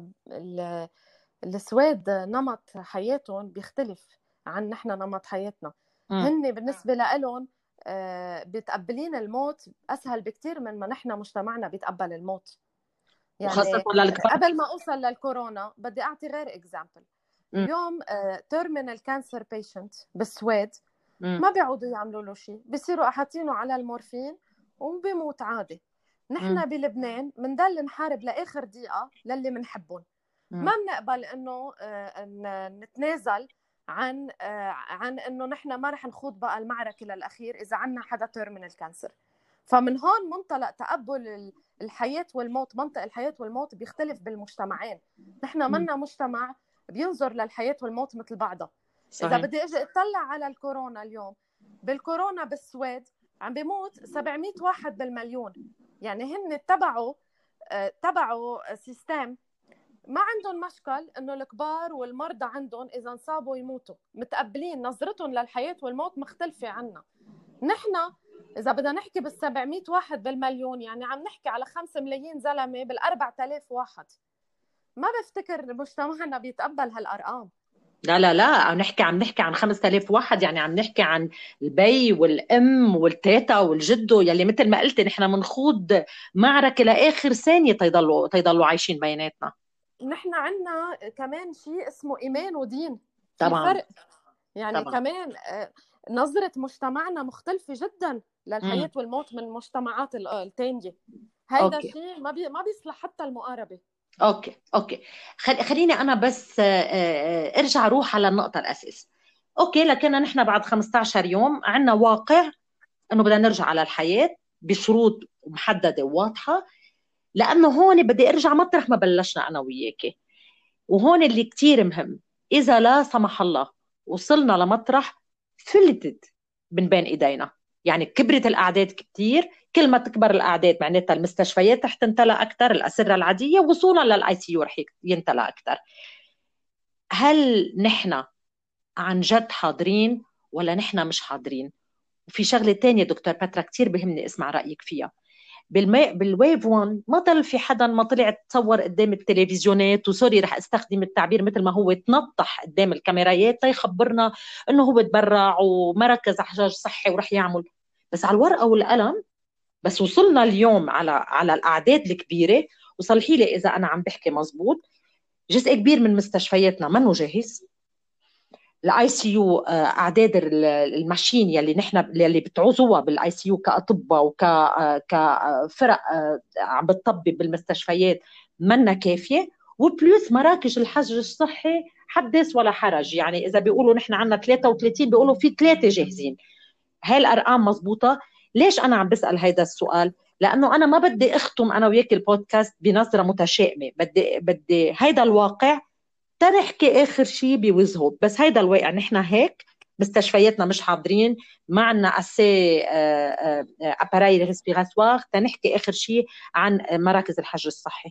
السويد نمط حياتهم بيختلف عن نحن نمط حياتنا. هن بالنسبة لهم بيتقبلين الموت أسهل بكتير من ما نحن مجتمعنا بيتقبل الموت. يعني وخاصة للكبار. قبل ما أوصل للكورونا بدي أعطي غير إكزامبل. اليوم terminal cancer patient بالسويد ما بيعودوا يعملوا له شيء، بيصيروا حاطينه على المورفين وبيموت عادي. نحن بلبنان بنضل نحارب لآخر دقيقة للي بنحبهم. ما بنقبل انه نتنازل عن انه نحن ما رح نخوض بقى المعركه للاخير اذا عنا حدا تيرمينال كانسر. فمن هون منطلق تقبل الحياه والموت، منطق الحياه والموت بيختلف بالمجتمعين. نحن منا مجتمع بينظر للحياه والموت مثل بعضها. صحيح. اذا بدي اجي اطلع على الكورونا اليوم، بالكورونا بالسويد عم بيموت 700 واحد بالمليون. يعني هن تبعوا سيستم ما عندهم مشكل انه الكبار والمرضى عندهم اذا انصابوا يموتوا، متقبلين نظرتهم للحياه والموت مختلفه عنا. نحن اذا بدنا نحكي بال700 واحد بالمليون يعني عم نحكي على 5 ملايين زلمه بال4000 واحد. ما بفتكر مجتمعنا بيتقبل هالارقام. لا لا لا، عم نحكي عن 5000 واحد. يعني عم نحكي عن البي والام والتيتا والجدو يلي مثل ما قلتي نحن بنخوض معركه لاخر ثانيه تيضلوا عايشين بيناتنا. نحن عنا كمان شيء اسمه ايمان ودين. طبعا. فرق. يعني طبعا. كمان نظرة مجتمعنا مختلفة جدا للحياة والموت من المجتمعات التانية. هيدا شيء ما بيصلح حتى المقاربة. اوكي. خليني انا بس ارجع اروح على النقطة الاساس. اوكي، لكن نحن بعد 15 يوم عندنا واقع انه بدنا نرجع على الحياة بشروط محددة وواضحة. لانه هون بدي ارجع مطرح ما بلشنا انا وياكي، وهون اللي كتير مهم. اذا لا سمح الله وصلنا لمطرح فلتت من بين ايدينا، يعني كبرت الاعداد كتير، كل ما تكبر الاعداد معناتها المستشفيات رح تمتلأ اكثر، الاسره العاديه وصولا للاي سي يو رح يمتلأ اكثر. هل نحن عن جد حاضرين ولا نحن مش حاضرين؟ وفي شغله تانية دكتور باترا كتير بهمني اسمع رايك فيها. بالويف 1 ما ضل في حدا ما طلع تصور قدام التلفزيونات، وسوري رح استخدم التعبير مثل ما هو، تنطح قدام الكاميرايات يخبرنا انه هو تبرع وما ركز على حجاج صحي ورح يعمل. بس على الورقه والقلم بس وصلنا اليوم على الاعداد الكبيره. وصلحي لي اذا انا عم بحكي مزبوط، جزء كبير من مستشفياتنا منه جاهز. الاي سي يو، اعداد الماشين يلي بتعوزوها بالاي سي يو كاطباء كفرق عم بتطبب بالمستشفيات منا كافيه. وبلوس مراكز الحجر الصحي حدث ولا حرج، يعني اذا بيقولوا نحن عندنا 33 بيقولوا في 3 جاهزين. هاي الارقام مزبوطه؟ ليش انا عم بسال هيدا السؤال؟ لانه انا ما بدي اختم انا وياك البودكاست بنظره متشائمه، بدي هيدا الواقع تنحكي اخر شيء بوجهه. بس هيدا الواقع، نحن هيك مستشفياتنا مش حاضرين، ما عندنا اسي اباراي ريسبيراتوار تنحكي اخر شيء عن مراكز الحجر الصحي.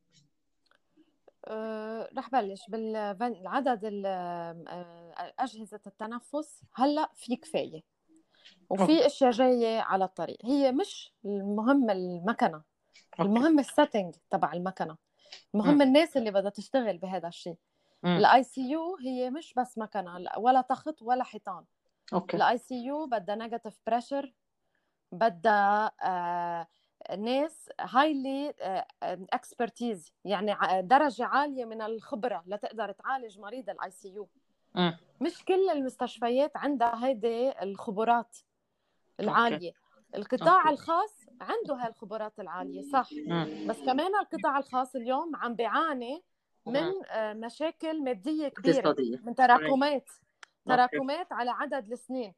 رح بلش بالعدد أجهزة التنفس. هلأ في كفاية، وفي اشياء جاية على الطريق. هي مش المهم المكنة، المهم السيتنج تبع المكنة، المهم الناس اللي بدها تشتغل بهذا الشيء. الاي سي يو هي مش بس مكنة ولا تخت ولا حيطان. الاي سي يو بدها نيجاتيف بريشر، بدها ناس هايلي اكسبرتيز، يعني درجة عالية من الخبرة لتقدر تعالج مريض الاي سي يو. مش كل المستشفيات عندها هيدي الخبرات العالية. القطاع الخاص عنده هاي الخبرات العالية صح، بس كمان القطاع الخاص اليوم عم بيعاني من مشاكل مادية كبيرة، من تراكمات على عدد السنين.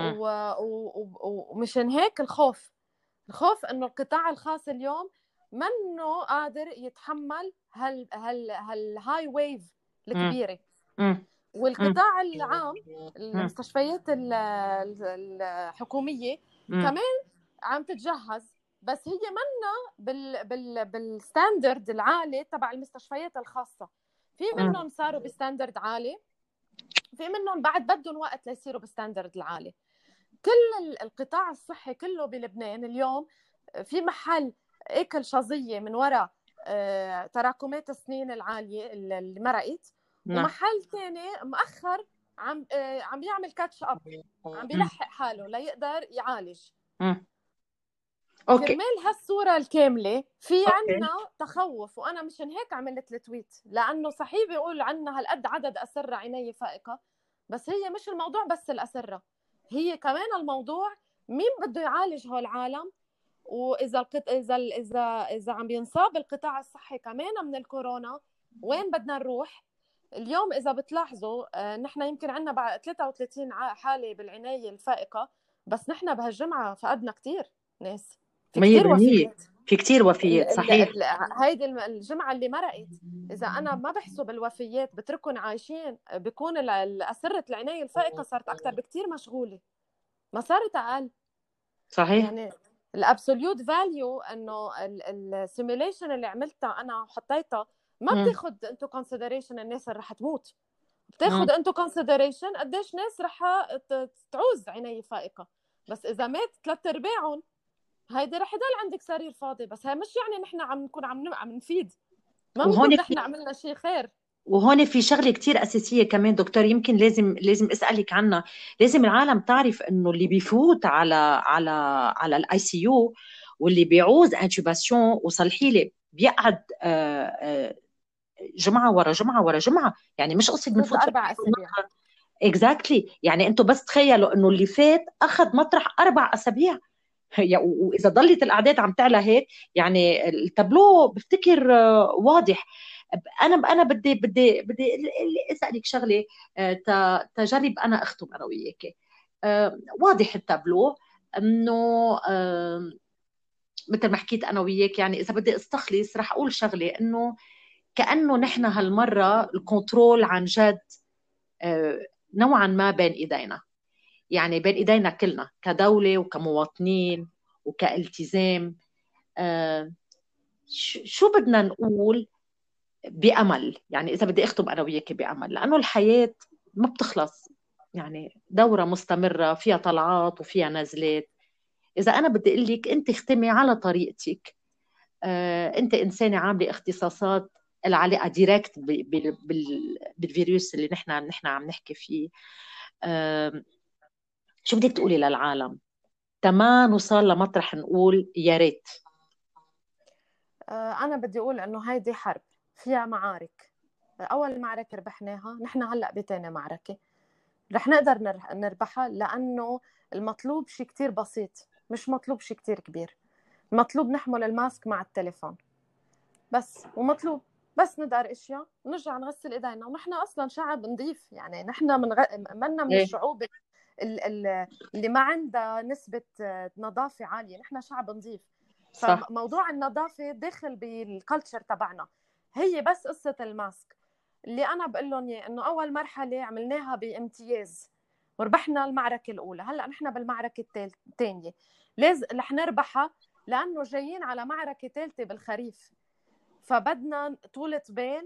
ومشان هيك الخوف انه القطاع الخاص اليوم منه قادر يتحمل هالهاي ويف الكبيرة. والقطاع العام، المستشفيات الحكومية كمان عم تتجهز، بس هي منا بالستاندرد العالي تبع المستشفيات الخاصة. في منهم صاروا بستاندرد عالي، في منهم بعد بدهم وقت ليصيروا بستاندرد العالي. كل القطاع الصحي كله بلبنان اليوم في محل اكل شظية من وراء تراكمات السنين العالية اللي مرقت، ومحل ثاني مؤخر عم يعمل كاتش اب، عم بيلحق حاله ليقدر يعالج. كرمال هالصورة الكاملة في عنا تخوف، وأنا مشان هيك عملت التويت، لأنه صحيح بيقول عنا هالقد عدد أسرة عناية فائقة، بس هي مش الموضوع بس الأسرة، هي كمان الموضوع مين بده يعالج هول العالم. وإذا إذا عم بينصاب القطاع الصحي كمان من الكورونا، وين بدنا نروح؟ اليوم إذا بتلاحظوا نحن يمكن عنا بعد 33 حالة بالعناية الفائقة، بس نحن بهالجمعة فقدنا كتير ناس، في كتير وفيات، في كتير وفيات صحيح. هيدي الجمعة اللي مرقت إذا أنا ما بحسب الوفيات بتركن عايشين، بيكون أسرة العناية الفائقة صارت أكتر بكتير مشغولة، ما صارت أقل. صحيح. يعني الابسوليوت فاليو انه السيميليشن اللي عملتها انا وحطيتها ما بتاخد انتو كونسيدريشن الناس اللي رح تموت، بتاخد انتو كونسيدريشن قديش ناس رح تعوز عناية فائقة. بس اذا مات 3/4 هيدي رح يضل عندك سرير فاضي، بس هي مش يعني نحن عم نكون عم نفيد، ما بنكون نحن عملنا شيء خير. وهون في شغله كتير اساسيه كمان دكتور، يمكن لازم اسالك عنها. لازم العالم تعرف انه اللي بيفوت على الاي سي يو واللي بيعوز انتوباسيون، وصلحي لي بيقعد جمعه ورا جمعه ورا جمعه، يعني مش قصه بنفوت 4 أسابيع. اكزاكتلي يعني انتم بس تخيلوا انه اللي فات اخذ مطرح 4 اسابيع. واذا ضلت الاعداد عم تعلى هيك، يعني التابلو بفتكر واضح. انا بدي اسالك شغله تجرب انا اختم انا وياك. واضح التابلو انه مثل ما حكيت انا وياك، يعني اذا بدي استخلص رح اقول شغله انه كانه نحن هالمره الكنترول عن جد نوعا ما بين ايدينا، يعني بين ايدينا كلنا كدوله وكمواطنين وكالتزام. شو بدنا نقول بأمل؟ يعني إذا بدي أختم أنا وياك بأمل، لأنه الحياة ما بتخلص، يعني دورة مستمرة فيها طلعات وفيها نزلات. إذا أنا بدي أقول لك أنت اختمي على طريقتك، أنت إنسانة عاملة اختصاصات العلاقة ديركت بالفيروس اللي نحن عم نحكي فيه. شو بدك تقولي للعالم؟ تما نوصل لمطرح نقول يا ريت؟ أنا بدي أقول إنه هيدي حرب فيها معارك. أول معركة ربحناها، نحن هلأ بتاني معركة رح نقدر نربحها، لأنه المطلوب شيء كتير بسيط، مش مطلوب شيء كتير كبير. مطلوب نحمل الماسك مع التليفون بس، ومطلوب بس ندار اشياء ونرجع نغسل ايدينا، ونحن اصلا شعب نظيف. يعني نحن منا من ايه الشعوب اللي ما عندها نسبة نظافة عالية. نحن شعب نظيف، صح. فموضوع النظافة داخل بالكالتشر تبعنا. هي بس قصة الماسك اللي أنا بقول لهم إياه، إنه أول مرحلة عملناها بامتياز وربحنا المعركة الأولى. هلأ نحن بالمعركة الثانية لازم رح نربحها، لأنه جايين على معركة ثالثة بالخريف. فبدنا طولة بال،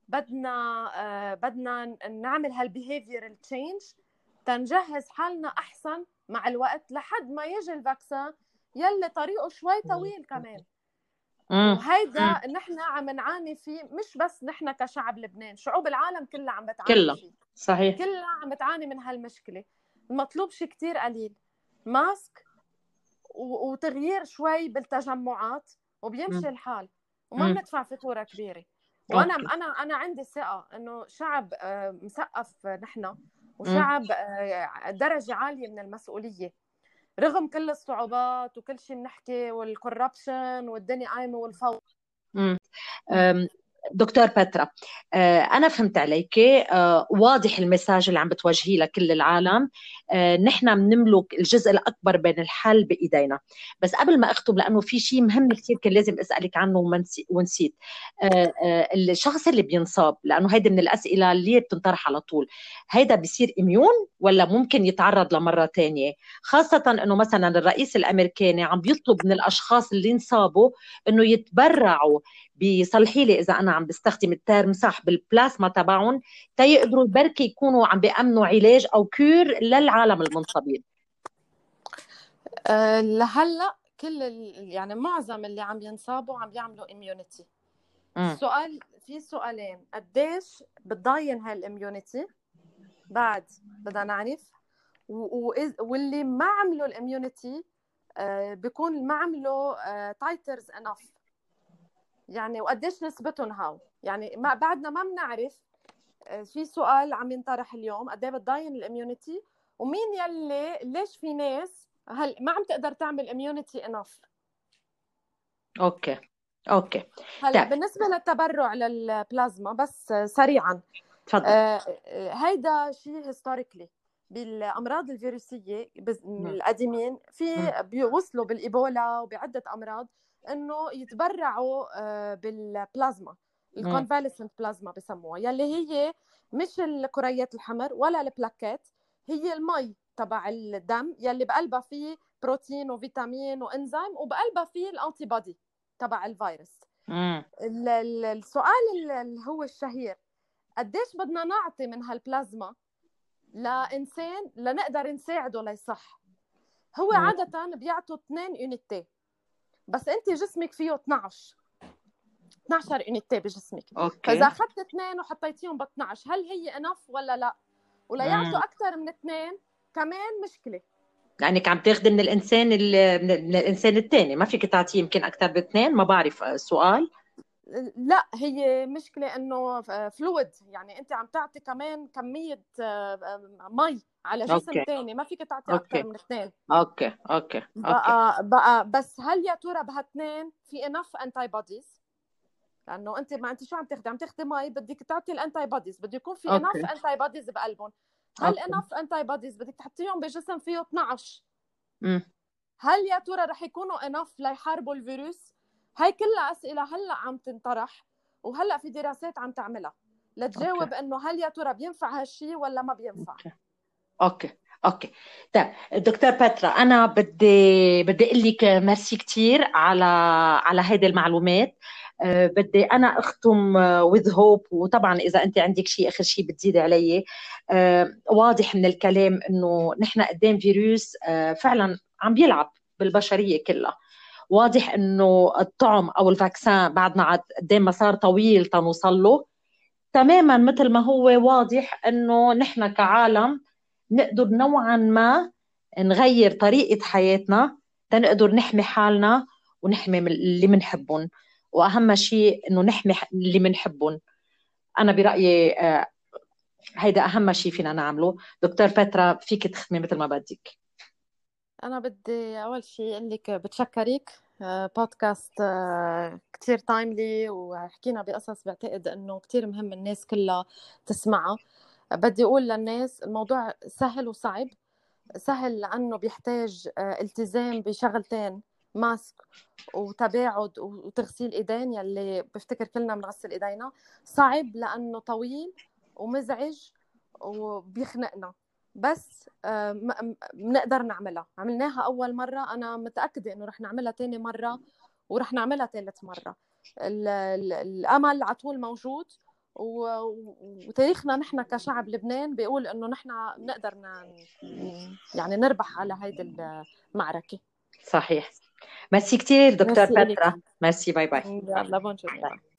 بدنا نعمل هالبيهيفيرال تشينج تنجهز حالنا احسن مع الوقت لحد ما يجي الفاكسين يلي طريقه شوي طويل كمان. وهيدا نحن عم نعاني فيه، مش بس نحن كشعب لبنان، شعوب العالم كلها عم بتعاني كلها فيه. صحيح. كلها عم بتعاني من هالمشكلة. المطلوب شيء كتير قليل، ماسك وتغيير شوي بالتجمعات وبيمشي الحال، وما بندفع فاتوره كبيره. وانا أوكي. انا عندي ثقه انه شعب مثقف نحن، وشعب درجه عاليه من المسؤوليه رغم كل الصعوبات وكل شيء بنحكي والكوربشن والدنيا قايمه والفوضى. دكتور بترا، أنا فهمت عليك. واضح المساج اللي عم بتوجهيه لكل العالم. نحن بنملك الجزء الأكبر من الحل بإيدينا. بس قبل ما أختم، لأنه في شيء مهم كثير كان لازم أسألك عنه ونسيت. الشخص اللي بينصاب، لأنه هيدا من الأسئلة اللي بتنطرح على طول، هيدا بيصير إميون ولا ممكن يتعرض لمرة تانية؟ خاصة أنه مثلا الرئيس الأمريكاني عم بيطلب من الأشخاص اللي انصابوا أنه يتبرعوا، بيصلحي لي اذا انا عم بستخدم الترم صح، بالبلازما تبعهم، تيقدروا بركي يكونوا عم بيأمنوا علاج او كور للعالم المنصابين. لهلا كل يعني معظم اللي عم ينصابوا عم يعملوا اميونيتي. السؤال في سؤالين: قديش بتضاين هالاميونيتي؟ بعد بدنا نعرف. واللي ما عملوا الاميونيتي بيكون ما عملوا تايترز انف، يعني وقديش نسبتهم هاو، يعني ما بعدنا ما بنعرف. في سؤال عم ينطرح اليوم: قد ايه بتضاين الاميونيتي؟ ومين يلي ليش في ناس هل ما عم تقدر تعمل اميونيتي انف؟ اوكي اوكي. هلا بالنسبه للتبرع للبلازما بس سريعا، تفضل. هيدا شيء هيستوريكلي بالامراض الفيروسيه القديمين، في بيوصلوا بالايبولا وبعده امراض انه يتبرعوا بالبلازما، الكونفاليسنت بلازما بسموها، يلي هي مش الكريات الحمر ولا البلاكات، هي المي تبع الدم يلي بقلبها فيه بروتين وفيتامين وانزيم، وبقلبها فيه الانتي بودي تبع الفيروس. السؤال اللي هو الشهير: قديش بدنا نعطي من هالبلازما لإنسان لنقدر نساعده ليصح؟ هو عادة بيعطوا 2 يونيتي، بس انت جسمك فيه 12 يونيتي بجسمك. فاذا اخذت 2 وحطيتيهم ب 12، هل هي انف ولا لا؟ ولا يعطوا اكثر من 2 كمان مشكله، لانك عم تاخذي من الانسان من الانسان الثاني، ما فيك تعطيه يمكن اكثر باثنين. ما بعرف السؤال. لا هي مشكله انه فلويد، يعني انت عم تعطي كمان كميه مي على جسم ثاني، ما فيك تعطي اكثر من 2. اوكي بقى بس هل يا ترى بهاثنين في انف انتي بوديز؟ لانه انت ما انت شو عم تاخذي؟ عم تاخذي مي، بدك تعطي الانتي بوديز، بده يكون في انف انتي بوديز بقلبهم. هل انف انتي بوديز بدك تحطيهم بجسم فيه 12؟ هل يا ترى رح يكونوا انف ليحاربوا الفيروس؟ هاي كلها اسئله هلا عم تنطرح، وهلا في دراسات عم تعملها لتجاوب انه هل يا ترى بينفع هالشيء ولا ما بينفع. اوكي طيب دكتور بترا، انا بدي اقول لك ميرسي كثير على هيدي المعلومات. بدي انا اختم with hope، وطبعا اذا انت عندك شيء اخر شيء بتزيدي علي. واضح من الكلام انه نحن قدام فيروس فعلا عم بيلعب بالبشريه كلها. واضح انه الطعم او الفاكسان بعدنا قدام مسار طويل تنوصل له، تماما مثل ما هو واضح انه نحن كعالم نقدر نوعا ما نغير طريقة حياتنا تنقدر نحمي حالنا ونحمي اللي منحبهم. وأهم شيء إنه نحمي اللي منحبهم. أنا برأيي هيدا أهم شيء فينا نعمله. دكتور بترا، فيك تختمي مثل ما بدك. أنا بدي أول شيء أقول لك بتشكرك. بودكاست كتير تايملي، وحكينا بقصص بعتقد إنه كتير مهم الناس كلها تسمعها. بدي أقول للناس الموضوع سهل وصعب. سهل لأنه بيحتاج التزام بشغلتين: ماسك وتباعد وتغسيل ايدين، يلي بفتكر كلنا بنغسل ايدينا. صعب لانه طويل ومزعج وبيخنقنا، بس بنقدر نعملها. عملناها اول مره، انا متاكده انه رح نعملها تاني مره ورح نعملها ثالث مره. الامل على طول موجود، وتاريخنا نحن كشعب لبنان بيقول انه نحن بنقدر يعني نربح على هيدي المعركه. صحيح. ميرسي كتير دكتور ميرسي إلك. بترا. ميرسي. باي باي. يلا بونجور.